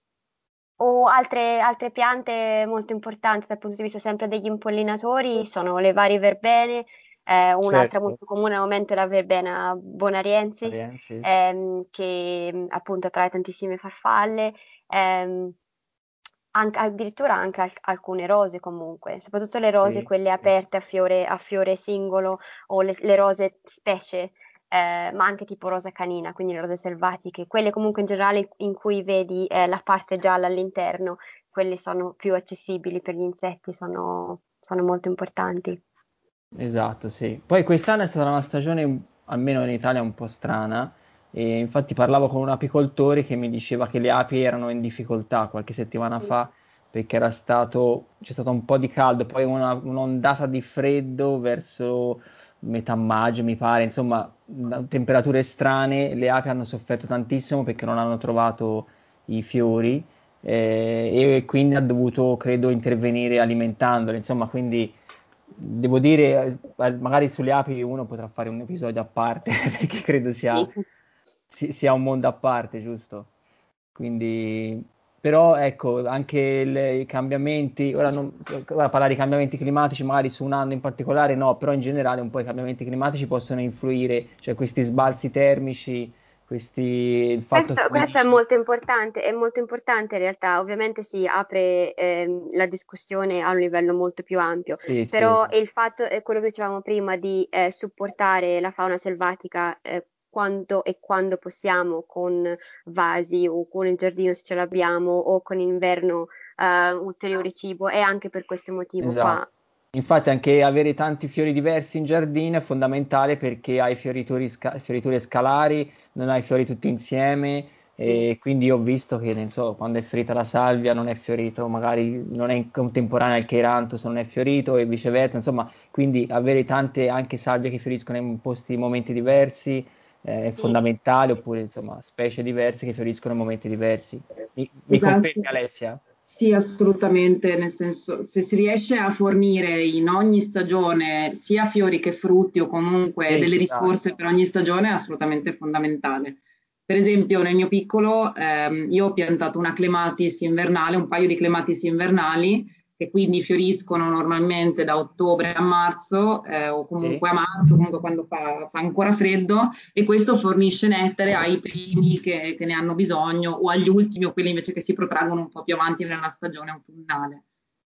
o altre, altre piante molto importanti dal punto di vista sempre degli impollinatori sono le varie verbene, eh, un'altra certo, molto comune al momento è la verbena bonariensis, Firenze. ehm, che mh, appunto attrae tantissime farfalle, ehm, anche- addirittura anche al- alcune rose comunque, soprattutto le rose, Sì, quelle sì. aperte a fiore, a fiore singolo o le, le rose specie, eh, ma anche tipo rosa canina, quindi le rose selvatiche, quelle comunque in generale in cui vedi eh, la parte gialla all'interno, quelle sono più accessibili per gli insetti, sono, sono molto importanti. Esatto, sì. Poi quest'anno è stata una stagione, almeno in Italia, un po' strana. E infatti parlavo con un apicoltore che mi diceva che le api erano in difficoltà qualche settimana Sì. fa perché era stato, c'è stato un po' di caldo, poi una- un'ondata di freddo verso metà maggio, mi pare. Insomma, da- temperature strane. Le api hanno sofferto tantissimo perché non hanno trovato i fiori eh, e quindi ha dovuto, credo, intervenire alimentandole. Insomma, quindi devo dire, eh, magari sulle api uno potrà fare un episodio a parte, perché credo sia, Sì. si- sia un mondo a parte, giusto? Quindi, però ecco, anche il- i cambiamenti, ora, non, ora parlare di cambiamenti climatici magari su un anno in particolare no, però in generale un po' i cambiamenti climatici possono influire, cioè questi sbalzi termici, questi, il fatto che Questo, mi questo è dici... molto importante, è molto importante in realtà, ovviamente si apre ehm, la discussione a un livello molto più ampio, Sì, sì, però esatto. il fatto è quello che dicevamo prima di eh, supportare la fauna selvatica eh, quando e quando possiamo con vasi o con il giardino se ce l'abbiamo o con inverno eh, ulteriore cibo, è anche per questo motivo Esatto. qua. Infatti anche avere tanti fiori diversi in giardino è fondamentale perché hai fioritori, sca- fioriture scalari, non hai fiori tutti insieme Sì. e quindi ho visto che, ne so, quando è fiorita la salvia non è fiorito, magari non è in contemporanea il cheiranthus, non è fiorito e viceversa, insomma, quindi avere tante anche salvie che fioriscono in posti, in momenti diversi eh, è Sì. fondamentale, oppure insomma specie diverse che fioriscono in momenti diversi. Mi, mi confermi Esatto. Alessia? Sì, assolutamente, nel senso, se si riesce a fornire in ogni stagione sia fiori che frutti o comunque Sì, delle esatto. risorse per ogni stagione è assolutamente fondamentale. Per esempio, nel mio piccolo, ehm, io ho piantato una clematis invernale, un paio di clematis invernali, che quindi fioriscono normalmente da ottobre a marzo, eh, o Sì, comunque a marzo, comunque quando fa, fa ancora freddo, e questo fornisce nettare ai primi che, che ne hanno bisogno o agli ultimi o quelli invece che si protraggono un po' più avanti nella stagione autunnale.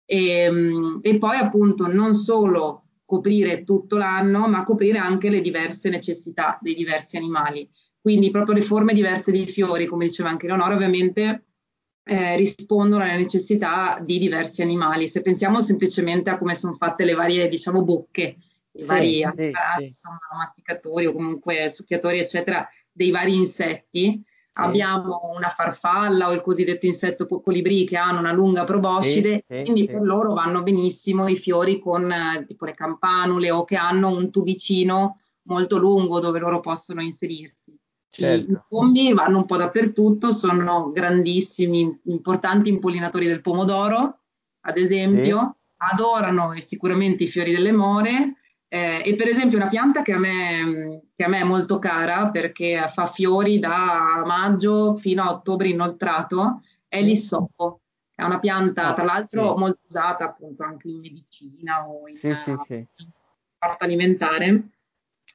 E, mm, e poi appunto non solo coprire tutto l'anno, ma coprire anche le diverse necessità dei diversi animali. Quindi proprio le forme diverse dei fiori, come diceva anche Leonora, ovviamente eh, rispondono alle necessità di diversi animali. Se pensiamo semplicemente a come sono fatte le varie, diciamo, bocche, i sì, vari sì, apparati, sì, insomma, masticatori o comunque succhiatori, eccetera, dei vari insetti, sì, abbiamo una farfalla o il cosiddetto insetto colibrì che hanno una lunga sì, proboscide, sì, quindi sì, per loro vanno benissimo i fiori con eh, tipo le campanule o che hanno un tubicino molto lungo dove loro possono inserirsi. I, i certo, bombi vanno un po' dappertutto, sono grandissimi, importanti impollinatori del pomodoro, ad sì, esempio, adorano e sicuramente i fiori delle more. Eh, e per esempio una pianta che a me, che a me è molto cara perché fa fiori da maggio fino a ottobre inoltrato è sì, l'issoppo, che è una pianta ah, tra l'altro sì, molto usata appunto anche in medicina o in sì, sì, sì, eh, in parte alimentare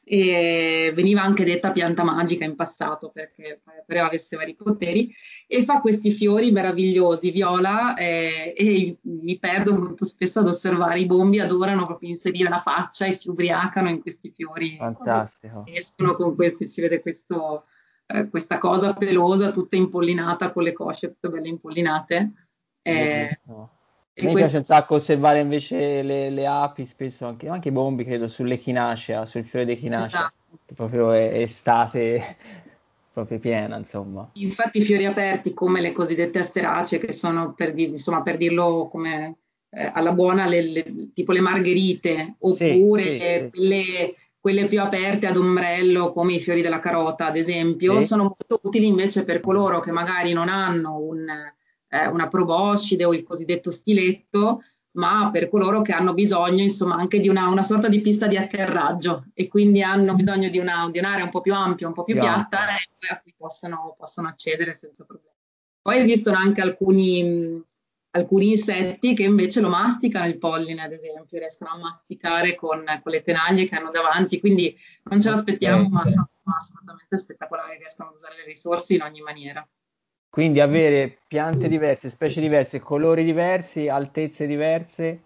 e veniva anche detta pianta magica in passato perché pareva avesse vari poteri, e fa questi fiori meravigliosi viola, eh, e mi perdo molto spesso ad osservare i bombi, adorano proprio inserire la faccia e si ubriacano in questi fiori, Fantastico. escono con questi, si vede questo, eh, questa cosa pelosa tutta impollinata con le cosce tutte belle impollinate. eh, Bellissimo. A e me piace questo un sacco osservare invece le, le api, spesso anche, anche i bombi, credo, sull'echinacea, sul fiore d'echinacea, esatto. che proprio è estate proprio piena, insomma. Infatti i fiori aperti come le cosiddette asteracee, che sono per, dir- insomma, per dirlo come eh, alla buona, le- le- tipo le margherite, Sì, oppure sì, eh, sì, quelle, quelle più aperte ad ombrello, come i fiori della carota, ad esempio, sì, sono molto utili invece per coloro che magari non hanno un, eh, una proboscide o il cosiddetto stiletto, ma per coloro che hanno bisogno, insomma, anche di una, una sorta di pista di atterraggio e quindi hanno bisogno di, una, di un'area un po' più ampia, un po' più più ampia. piatta, e a cui possono, possono accedere senza problemi. Poi esistono anche alcuni, mh, alcuni insetti che invece lo masticano il polline, ad esempio, riescono a masticare con, con le tenaglie che hanno davanti, quindi non ce l'aspettiamo, Ok. ma sono assolutamente spettacolari, riescono ad usare le risorse in ogni maniera. Quindi avere piante diverse, specie diverse, colori diversi, altezze diverse,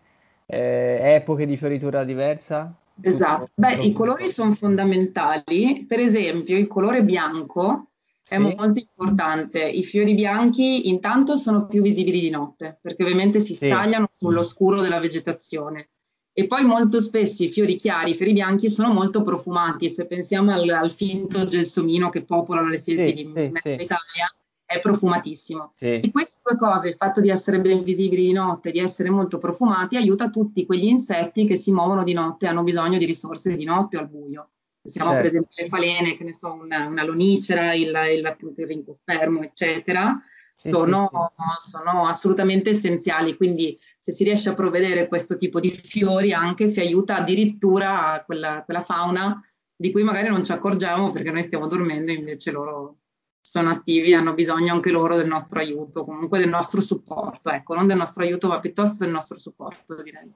eh, epoche di fioritura diversa, Esatto, tutto, beh, tutto i colori questo. sono fondamentali, per esempio il colore bianco è Sì, molto importante, i fiori bianchi intanto sono più visibili di notte perché ovviamente si sì, stagliano sullo scuro della vegetazione, e poi molto spesso i fiori chiari, i fiori bianchi sono molto profumati, se pensiamo al, al finto gelsomino che popolano le siepi sì, di sì, mezza sì, Italia, è profumatissimo. sì, Di queste due cose, il fatto di essere ben visibili di notte, di essere molto profumati, aiuta tutti quegli insetti che si muovono di notte e hanno bisogno di risorse di notte o al buio. Siamo per certo, esempio le falene, che ne so, una, una lonicera, il, il, appunto, il rincospermo, eccetera, sì, sì, sono, sì, sono assolutamente essenziali. Quindi se si riesce a provvedere questo tipo di fiori, anche si aiuta addirittura a quella, quella fauna di cui magari non ci accorgiamo perché noi stiamo dormendo, invece loro sono attivi e hanno bisogno anche loro del nostro aiuto, comunque del nostro supporto, ecco, non del nostro aiuto, ma piuttosto del nostro supporto, direi.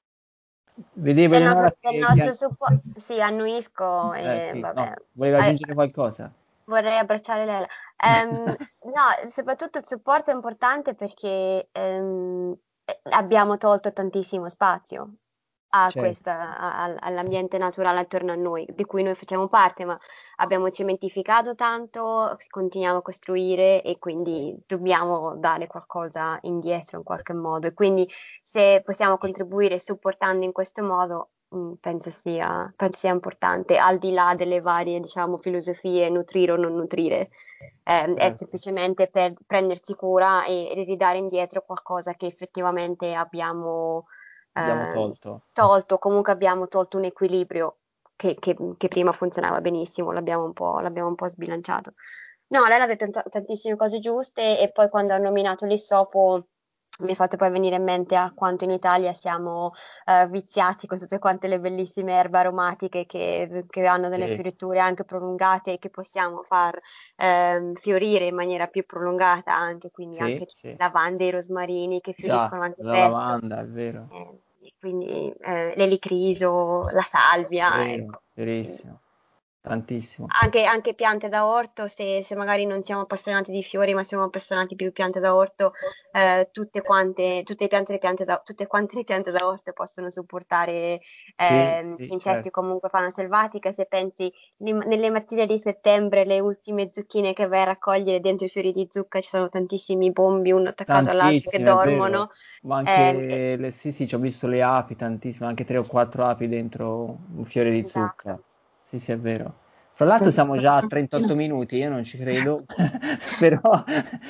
vedevo Del nostro, Eleonora del che, nostro che- supporto, sì, annuisco eh e sì, vabbè. no, voleva Eh, aggiungere qualcosa? Vorrei abbracciare Lela. Ehm, no, soprattutto il supporto è importante perché ehm, eh, abbiamo tolto tantissimo spazio a Certo, questa, a- a- all'ambiente naturale attorno a noi, di cui noi facciamo parte, ma abbiamo cementificato tanto, continuiamo a costruire e quindi dobbiamo dare qualcosa indietro in qualche modo. E quindi se possiamo contribuire supportando in questo modo, mh, penso sia, penso sia importante, al di là delle varie, diciamo, filosofie, nutrire o non nutrire. Eh, è certo, semplicemente per prendersi cura e, e ridare indietro qualcosa che effettivamente abbiamo abbiamo eh, tolto. tolto, comunque abbiamo tolto un equilibrio che, che- che prima funzionava benissimo, l'abbiamo un po', l'abbiamo un po' sbilanciato. No, lei ha detto t- tantissime cose giuste e poi quando ha nominato l'issopo mi ha fatto poi venire in mente a quanto in Italia siamo eh, viziati con tutte quante le bellissime erbe aromatiche che, che hanno delle Sì, fioriture anche prolungate e che possiamo far ehm, fiorire in maniera più prolungata anche, quindi sì, anche sì, lavande e rosmarini che già, fioriscono anche la presto. lavanda, è vero, Eh, e quindi eh, l'elicriso, la salvia, vero, ecco. Quindi verissimo, tantissimo. anche, anche piante da orto, se, se magari non siamo appassionati di fiori, ma siamo appassionati più di piante da orto, eh, tutte quante, tutte le piante, le piante da, tutte quante le piante da orto possono supportare Sì, ehm, sì, insetti o certo, comunque fauna selvatica. Se pensi ne- nelle mattine di settembre, le ultime zucchine che vai a raccogliere dentro i fiori di zucca, ci sono tantissimi bombi uno attaccato all'altro che tantissimo, è dormono. vero, ma ehm, e- anche, le, sì, sì, ci ho visto le api, tantissime, anche tre o quattro api dentro un fiore di zucca, esatto. sì, sì, è vero. Fra l'altro siamo già a trentotto minuti, io non ci credo, però,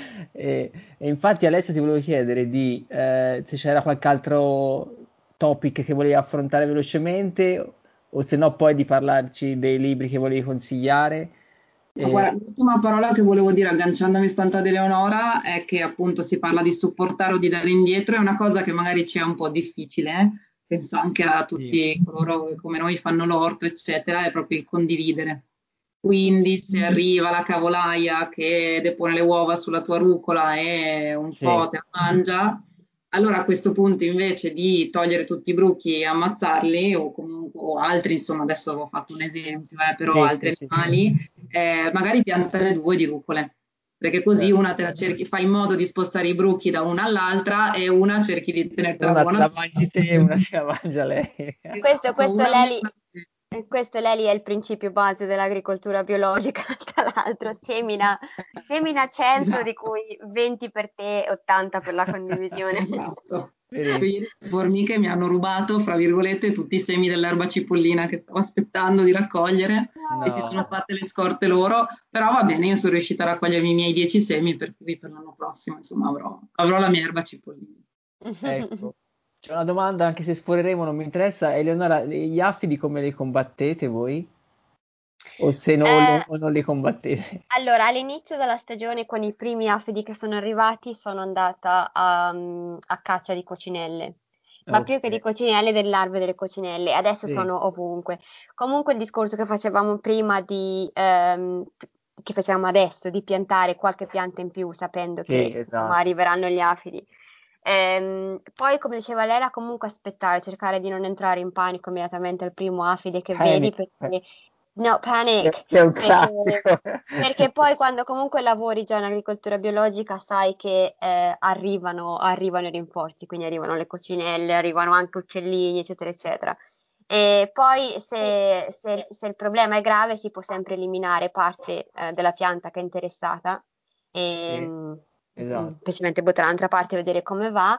e, e infatti Alessia ti volevo chiedere di, eh, se c'era qualche altro topic che volevi affrontare velocemente, o se no poi di parlarci dei libri che volevi consigliare. Ma E- guarda, l'ultima parola che volevo dire agganciandomi stanta ad Eleonora è che appunto si parla di supportare o di dare indietro, è una cosa che magari ci è un po' difficile, eh. Penso anche a sì, tutti coloro che come noi fanno l'orto, eccetera, è proprio il condividere. Quindi se arriva la cavolaia che depone le uova sulla tua rucola e un sì, po' te la mangia, Allora a questo punto invece di togliere tutti i bruchi e ammazzarli o comunque o altri, insomma adesso avevo fatto un esempio, eh, però Sì, altri sì, sì, animali, eh, magari piantare due di rucole, perché così certo. una te la cerchi, fai in modo di spostare i bruchi da una all'altra e una cerchi di tenertela Una te la buona. mangi te e una se la mangia lei. Questo, Esatto, questo una Leli, prima- eh, questo Leli è il principio base dell'agricoltura biologica, tra l'altro, semina, semina cento, di Esatto. cui venti per te e ottanta per la condivisione. Esatto. Benissimo. Quindi le formiche mi hanno rubato, fra virgolette, tutti i semi dell'erba cipollina che stavo aspettando di raccogliere e si sono No, fatte le scorte loro, però va bene, io sono riuscita a raccogliermi i miei dieci semi, per cui per l'anno prossimo, insomma, avrò, avrò la mia erba cipollina. ecco. C'è una domanda, anche se sforeremo, non mi interessa. Eleonora, gli affidi come li combattete voi? O se no, Eh, o non li combattete? allora, all'inizio della stagione, con i primi afidi che sono arrivati, sono andata a, a caccia di coccinelle, ma Ok, più che di coccinelle, delle larve delle coccinelle. Adesso sì, sono ovunque. Comunque il discorso che facevamo prima di, ehm, che facevamo adesso, di piantare qualche pianta in più, sapendo sì, che insomma esatto. arriveranno gli afidi. Ehm, poi, come diceva Lela, comunque aspettare, cercare di non entrare in panico immediatamente al primo afide che vedi, Panic, perché no, che panic, che è un perché, classico. perché poi quando comunque lavori già in agricoltura biologica sai che eh, arrivano, arrivano i rinforzi, quindi arrivano le coccinelle, arrivano anche uccellini, eccetera, eccetera. E poi se, se- se il problema è grave si può sempre eliminare parte eh, della pianta che è interessata e Sì, mm, esatto. semplicemente buttare dall'altra parte e vedere come va.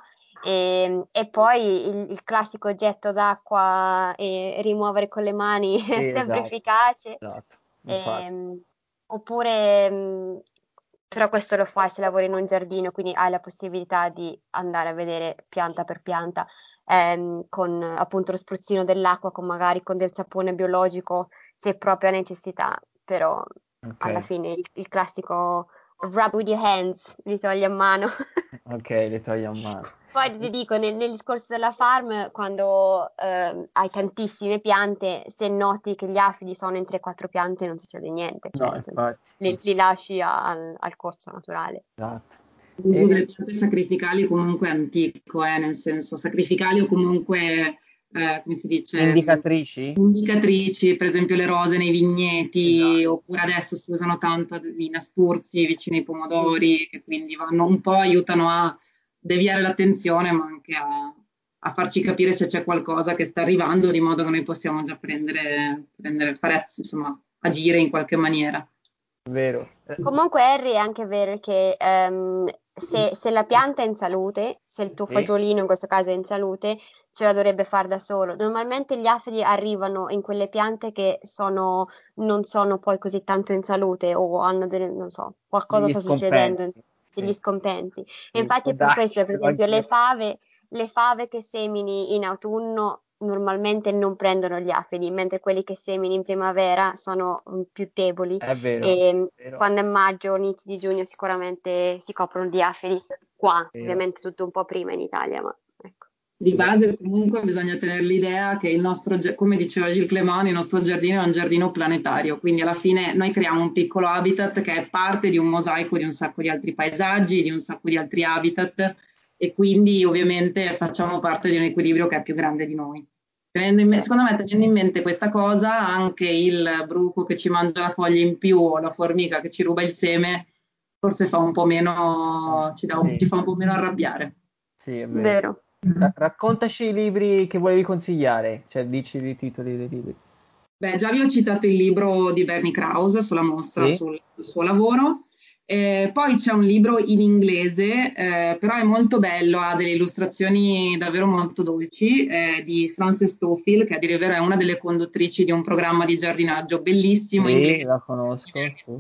E, e poi il, il classico getto d'acqua e rimuovere con le mani Sì, è sempre esatto, efficace. esatto. Infatti, Ehm, oppure, mh, però questo lo fai se lavori in un giardino, quindi hai la possibilità di andare a vedere pianta per pianta, ehm, con appunto lo spruzzino dell'acqua, con magari con del sapone biologico, se proprio ha necessità, però ok, alla fine il, il classico rub with your hands, li togli a mano. ok, le togli a mano. Poi ti dico, nel, nel discorso della farm, quando ehm, hai tantissime piante, se noti che gli afidi sono in tre quattro piante non succede niente, cioè No, nel senso, infatti, li, li lasci a- al, al corso naturale. esatto. L'uso delle E, piante sacrificali comunque è antico, eh, nel senso sacrificali o comunque, eh, come si dice, indicatrici? indicatrici, per esempio le rose nei vigneti, Esatto. oppure adesso si usano tanto i nasturzi vicino ai pomodori, che quindi vanno un po' aiutano a deviare l'attenzione, ma anche a, a farci capire se c'è qualcosa che sta arrivando, di modo che noi possiamo già prendere, prendere fare, insomma, agire in qualche maniera. Vero. Eh, Comunque, Harry, è anche vero che ehm, se, se la pianta è in salute, se il tuo sì, fagiolino in questo caso è in salute, ce la dovrebbe fare da solo. Normalmente gli afidi arrivano in quelle piante che sono, non sono poi così tanto in salute o hanno delle, non so, qualcosa degli sta succedendo, scompensi. degli Sì, scompensi. E sì, infatti può è per darsi, questo, per ce l'ho esempio, le anch'io. fave, le fave che semini in autunno normalmente non prendono gli afidi, mentre quelli che semini in primavera sono mm, più deboli È vero, e è vero, quando è maggio, inizi di giugno sicuramente si coprono di afidi qua, è vero, ovviamente tutto un po' prima in Italia, ma ecco. Di è vero. base comunque bisogna tenere l'idea che il nostro, gi- come diceva Gilles Clément, il nostro giardino è un giardino planetario, quindi alla fine noi creiamo un piccolo habitat che è parte di un mosaico di un sacco di altri paesaggi, di un sacco di altri habitat e quindi ovviamente facciamo parte di un equilibrio che è più grande di noi. Tenendo in me- Certo. secondo me tenendo in mente questa cosa, anche il bruco che ci mangia la foglia in più o la formica che ci ruba il seme, forse fa un po' meno, ci dà un- Sì, ci fa un po' meno arrabbiare. sì, è vero. Vero. Ra- raccontaci i libri che volevi consigliare, cioè dici i titoli dei libri. Beh, già vi ho citato il libro di Bernie Krause sulla mostra, Sì? sul, sul suo lavoro. Eh, poi c'è un libro in inglese, eh, però è molto bello, ha delle illustrazioni davvero molto dolci, eh, di Frances Tofield, che a dire il vero è una delle conduttrici di un programma di giardinaggio bellissimo Sì, inglese. la conosco, sì.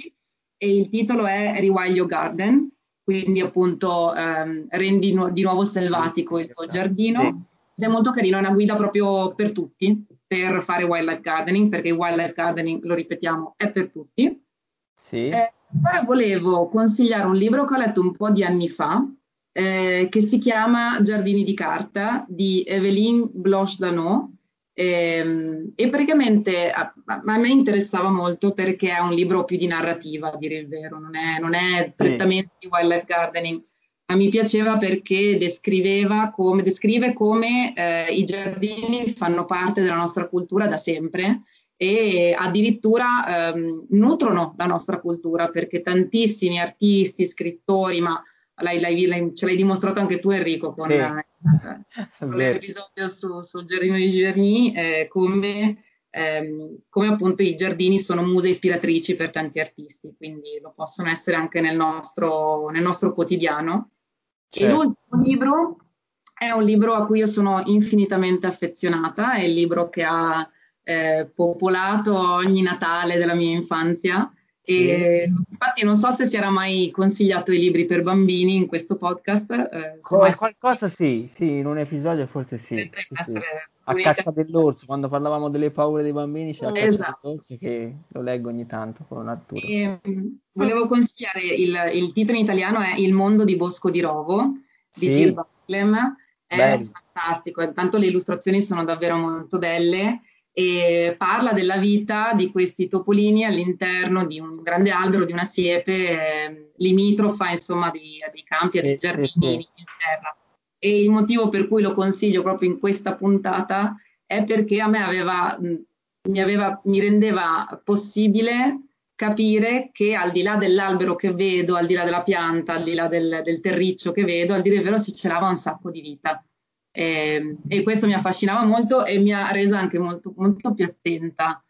E il titolo è Rewild Your Garden, quindi appunto ehm, rendi nu- di nuovo selvatico il tuo Sì, giardino. Ed è molto carino, è una guida proprio per tutti, per fare wildlife gardening, perché il wildlife gardening, lo ripetiamo, è per tutti. sì, Eh, poi volevo consigliare un libro che ho letto un po' di anni fa, eh, che si chiama Giardini di carta di Evelyne Bloch Dano. Ehm, E, praticamente a, a me interessava molto perché è un libro più di narrativa, a dire il vero, non è, non è sì, prettamente di wildlife gardening, ma mi piaceva perché descriveva come, descrive come eh, i giardini fanno parte della nostra cultura da sempre e addirittura ehm, nutrono la nostra cultura, perché tantissimi artisti, scrittori, ma l'hai, l'hai- l'hai- ce l'hai dimostrato anche tu Enrico con, Sì, eh, è con vero. l'episodio su- sul giardino di Giverny, eh, come, ehm, come appunto i giardini sono muse ispiratrici per tanti artisti, quindi lo possono essere anche nel nostro, nel nostro quotidiano. E Certo. l'ultimo libro è un libro a cui io sono infinitamente affezionata, è il libro che ha eh, popolato ogni Natale della mia infanzia. Sì. E infatti non so se si era mai consigliato i libri per bambini in questo podcast, eh, se mai Qual- qualcosa sì, sì, in un episodio forse sì, potrebbe sì, sì. essere A l'unica. Caccia dell'orso, quando parlavamo delle paure dei bambini, c'è A Mm. Caccia Esatto. dell'orso che lo leggo ogni tanto con Arturo. E, mh, volevo consigliare il, il titolo in italiano è Il mondo di Bosco di Rovo di Jill Sì, Bartlem, è bello. fantastico, intanto le illustrazioni sono davvero molto belle e parla della vita di questi topolini all'interno di un grande albero, di una siepe eh, limitrofa, insomma, di- dei campi e dei Sì, sì, giardini in sì. Inghilterra. E il motivo per cui lo consiglio proprio in questa puntata è perché a me aveva, mh, mi aveva, mi rendeva possibile capire che al di là dell'albero che vedo, al di là della pianta, al di là del, del terriccio che vedo, al dire il vero si celava un sacco di vita. E, e questo mi affascinava molto e mi ha resa anche molto, molto più attenta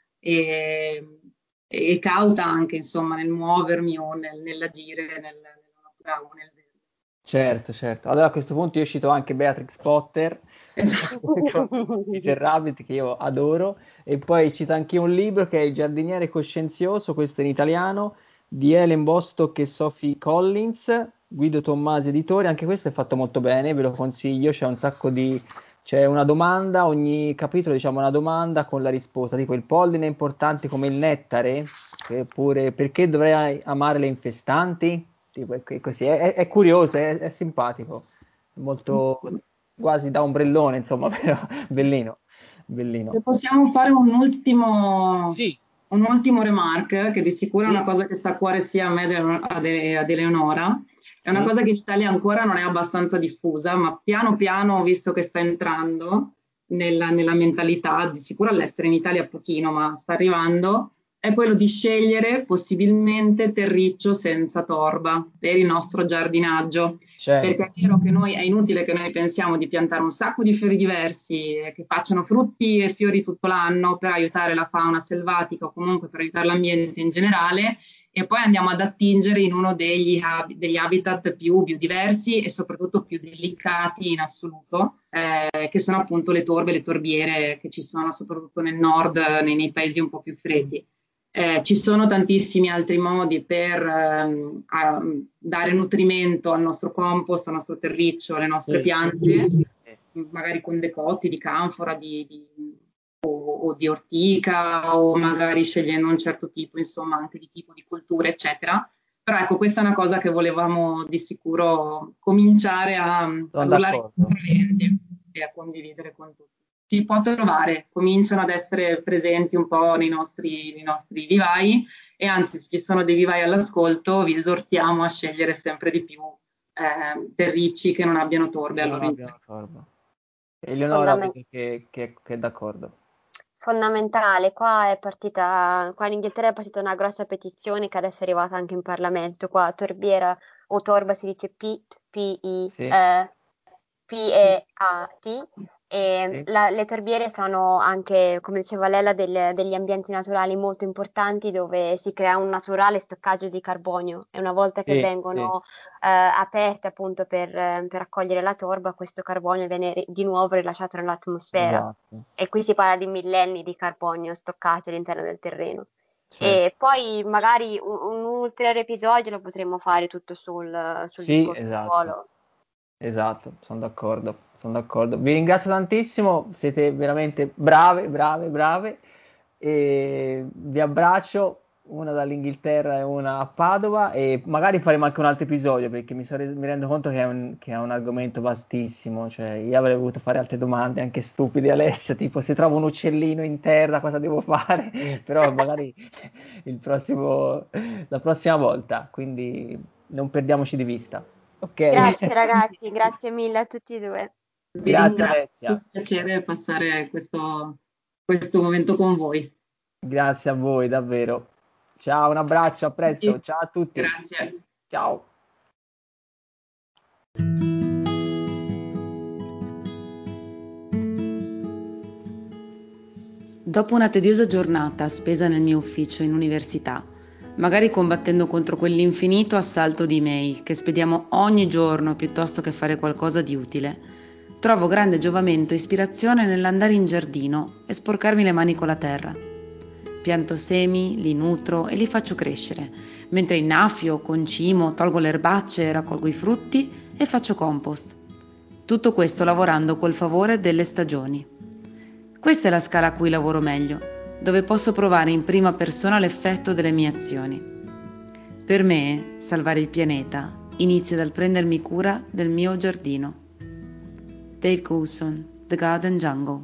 e, e cauta anche, insomma, nel muovermi o nel, nell'agire nel, nella natura o nel verde. Certo, certo. Allora a questo punto io cito anche Beatrix Potter, Esatto. con Peter Rabbit che io adoro, e poi cito anche un libro che è Il giardiniere coscienzioso, questo in italiano, di Ellen Bostock e Sophie Collins, Guido Tommasi editore, anche questo è fatto molto bene, ve lo consiglio, c'è un sacco di... c'è una domanda, ogni capitolo diciamo una domanda con la risposta, tipo il polline è importante come il nettare, oppure perché dovrei amare le infestanti? Tipo, è così, è, è- è curioso, è, è simpatico, è molto quasi da ombrellone, insomma, però bellino, bellino. Se possiamo fare un ultimo, Sì, un ultimo remark, che di sicuro è una sì, cosa che sta a cuore sia a me che ad Ele- ad Eleonora, è una sì, cosa che in Italia ancora non è abbastanza diffusa, ma piano piano ho visto che sta entrando nella, nella mentalità, di sicuro all'estero, in Italia pochino, ma sta arrivando, è quello di scegliere possibilmente terriccio senza torba per il nostro giardinaggio. Perché certo, è vero che noi è inutile che noi pensiamo di piantare un sacco di fiori diversi eh, che facciano frutti e fiori tutto l'anno per aiutare la fauna selvatica o comunque per aiutare l'ambiente in generale e poi andiamo ad attingere in uno degli, hab- degli habitat più biodiversi e soprattutto più delicati in assoluto, eh, che sono appunto le torbe, le torbiere che ci sono soprattutto nel nord, nei, nei paesi un po' più freddi. Eh, ci sono tantissimi altri modi per ehm, a- dare nutrimento al nostro compost, al nostro terriccio, alle nostre sì, piante, sì, magari con decotti di canfora di, di- o, o di ortica o magari scegliendo un certo tipo, insomma, anche di tipo di cultura, eccetera. Però ecco, questa è una cosa che volevamo di sicuro cominciare a, a sono rullare in d'accordo. corrente e a condividere con tutti. Si può trovare, cominciano ad essere presenti un po' nei nostri, nei nostri vivai e anzi se ci sono dei vivai all'ascolto vi esortiamo a scegliere sempre di più eh, terricci che non abbiano torbe Che al non loro interno. abbiano torba. Eleonora Fondamen- vedo che, che- che è d'accordo. fondamentale. Qua è partita, qua in Inghilterra è partita una grossa petizione che adesso è arrivata anche in Parlamento. Qua Torbiera o Torba si dice Pit, P-I, Sì, eh, P-E-A-T. E sì, la- le torbiere sono anche, come diceva Lella, del- degli ambienti naturali molto importanti dove si crea un naturale stoccaggio di carbonio e una volta che sì, sì, vengono eh, aperte appunto per, eh, per raccogliere la torba, questo carbonio viene ri- di nuovo rilasciato nell'atmosfera. esatto, E qui si parla di millenni di carbonio stoccati all'interno del terreno. certo. E poi magari un, un ulteriore episodio lo potremmo fare tutto sul, sul Sì, discorso esatto. suolo. Esatto, sono d'accordo, sono d'accordo. Vi ringrazio tantissimo, siete veramente brave, brave, brave. E vi abbraccio, una dall'Inghilterra e una a Padova, e magari faremo anche un altro episodio perché mi, so res- mi rendo conto che è un, che è un argomento vastissimo. Cioè, io avrei voluto fare altre domande, anche stupide, Alessia, tipo se trovo un uccellino in terra cosa devo fare? Però magari il prossimo, la prossima volta, quindi non perdiamoci di vista. Ok. Grazie ragazzi, grazie mille a tutti e due. Vi Grazie, ringrazio, è Alessia. stato un piacere passare questo, questo momento con voi. Grazie a voi, davvero. Ciao, un abbraccio, a presto. Ciao a tutti. Grazie. Ciao. Dopo una tediosa giornata spesa nel mio ufficio in università, magari combattendo contro quell'infinito assalto di email che spediamo ogni giorno piuttosto che fare qualcosa di utile, trovo grande giovamento e ispirazione nell'andare in giardino e sporcarmi le mani con la terra. Pianto semi, li nutro e li faccio crescere, mentre innaffio, concimo, tolgo le erbacce, raccolgo i frutti e faccio compost. Tutto questo lavorando col favore delle stagioni. Questa è la scala a cui lavoro meglio, dove posso provare in prima persona l'effetto delle mie azioni. Per me, salvare il pianeta inizia dal prendermi cura del mio giardino. Dave Coulson, The Garden Jungle.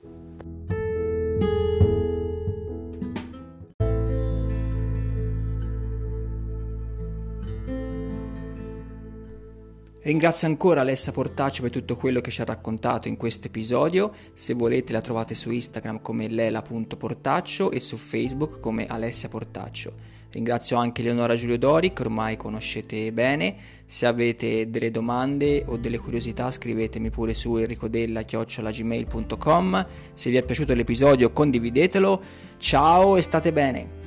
Ringrazio ancora Alessia Portaccio per tutto quello che ci ha raccontato in questo episodio. Se volete la trovate su Instagram come lela punto portaccio e su Facebook come Alessia Portaccio. Ringrazio anche Eleonora Giulio Dori, che ormai conoscete bene. Se avete delle domande o delle curiosità scrivetemi pure su enricodella chiocciola gmail punto com. Se vi è piaciuto l'episodio condividetelo. Ciao e state bene!